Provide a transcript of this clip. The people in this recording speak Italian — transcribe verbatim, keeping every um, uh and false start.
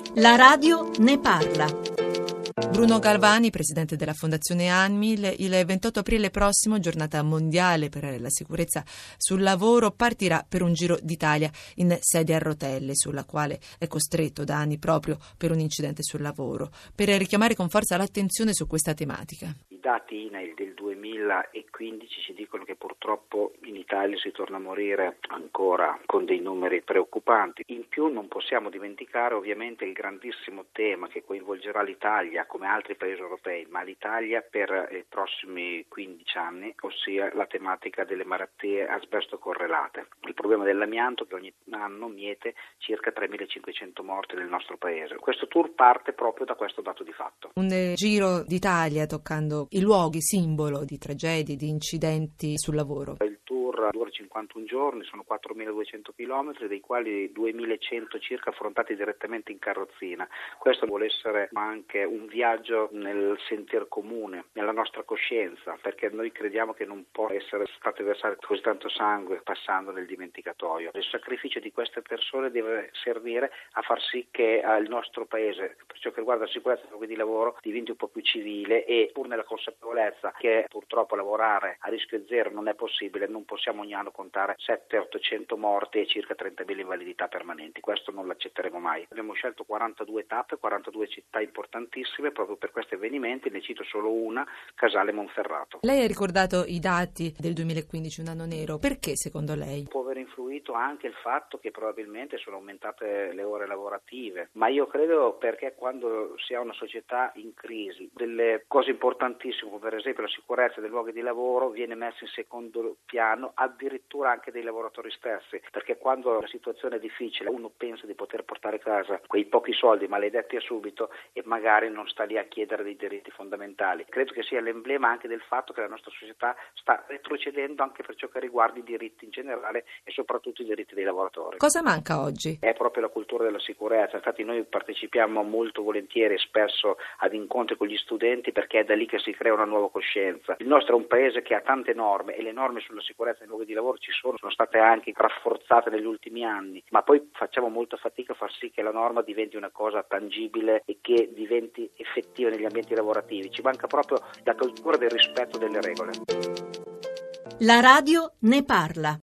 La radio ne parla. Bruno Galvani, presidente della Fondazione ANMIL, il ventotto aprile prossimo, giornata mondiale per la sicurezza sul lavoro, partirà per un giro d'Italia in sedia a rotelle, sulla quale è costretto da anni proprio per un incidente sul lavoro, per richiamare con forza l'attenzione su questa tematica. I dati I N A I L del duemilaquindici ci dicono che purtroppo in Italia si torna a morire ancora con dei numeri preoccupanti. In più non possiamo dimenticare ovviamente il grandissimo tema che coinvolgerà l'Italia come altri paesi europei, ma l'Italia per i prossimi quindici anni, ossia la tematica delle malattie asbesto correlate. Il problema dell'amianto che ogni anno miete circa tremilacinquecento morti nel nostro paese. Questo tour parte proprio da questo dato di fatto. Un eh, giro d'Italia toccando i luoghi simbolo di tragedie, di incidenti sul lavoro. Il tour dura cinquantuno giorni, sono quattromiladuecento chilometri, dei quali duemilacento circa affrontati direttamente in carrozzina. Questo vuole essere anche un viaggio nel sentir comune, nella nostra coscienza, perché noi crediamo che non può essere stato versato così tanto sangue passando nel dimenticatoio. Il sacrificio di queste persone deve servire a far sì che eh, il nostro paese, per ciò che riguarda la sicurezza dei luoghi di lavoro, diventi un po' più civile, e pur nella consapevolezza che purtroppo lavorare a rischio zero non è possibile, non possiamo ogni anno contare settecento ottocento morti e circa trentamila invalidità permanenti. Questo non l'accetteremo mai. Abbiamo scelto quarantadue tappe, quarantadue città importantissime proprio per questi avvenimenti, ne cito solo una, Casale Monferrato. Lei ha ricordato i dati del duemilaquindici, un anno nero. Perché secondo lei? Può aver influito anche il fatto che probabilmente sono aumentate le ore lavorative, ma io credo perché quando si ha una società in crisi, delle cose importantissime come per esempio la sicurezza dei luoghi di lavoro viene messa in secondo piano, addirittura anche dei lavoratori stessi, perché quando la situazione è difficile uno pensa di poter portare a casa quei pochi soldi maledetti a subito e magari non sta lì a chiedere dei diritti fondamentali. Credo che sia l'emblema anche del fatto che la nostra società sta retrocedendo anche per ciò che riguarda i diritti in generale e soprattutto i diritti dei lavoratori. Cosa manca oggi? È proprio la cultura della sicurezza. Infatti noi partecipiamo molto volentieri e spesso ad incontri con gli studenti, perché è da lì che si crea una nuova coscienza. Il nostro è un paese che ha tante norme e le norme sulla sicurezza nei luoghi di lavoro ci sono, sono state anche rafforzate negli ultimi anni, ma poi facciamo molta fatica a far sì che la norma diventi una cosa tangibile e che diventi effettiva negli ambienti lavorativi. Ci manca proprio la cultura del rispetto delle regole. La radio ne parla.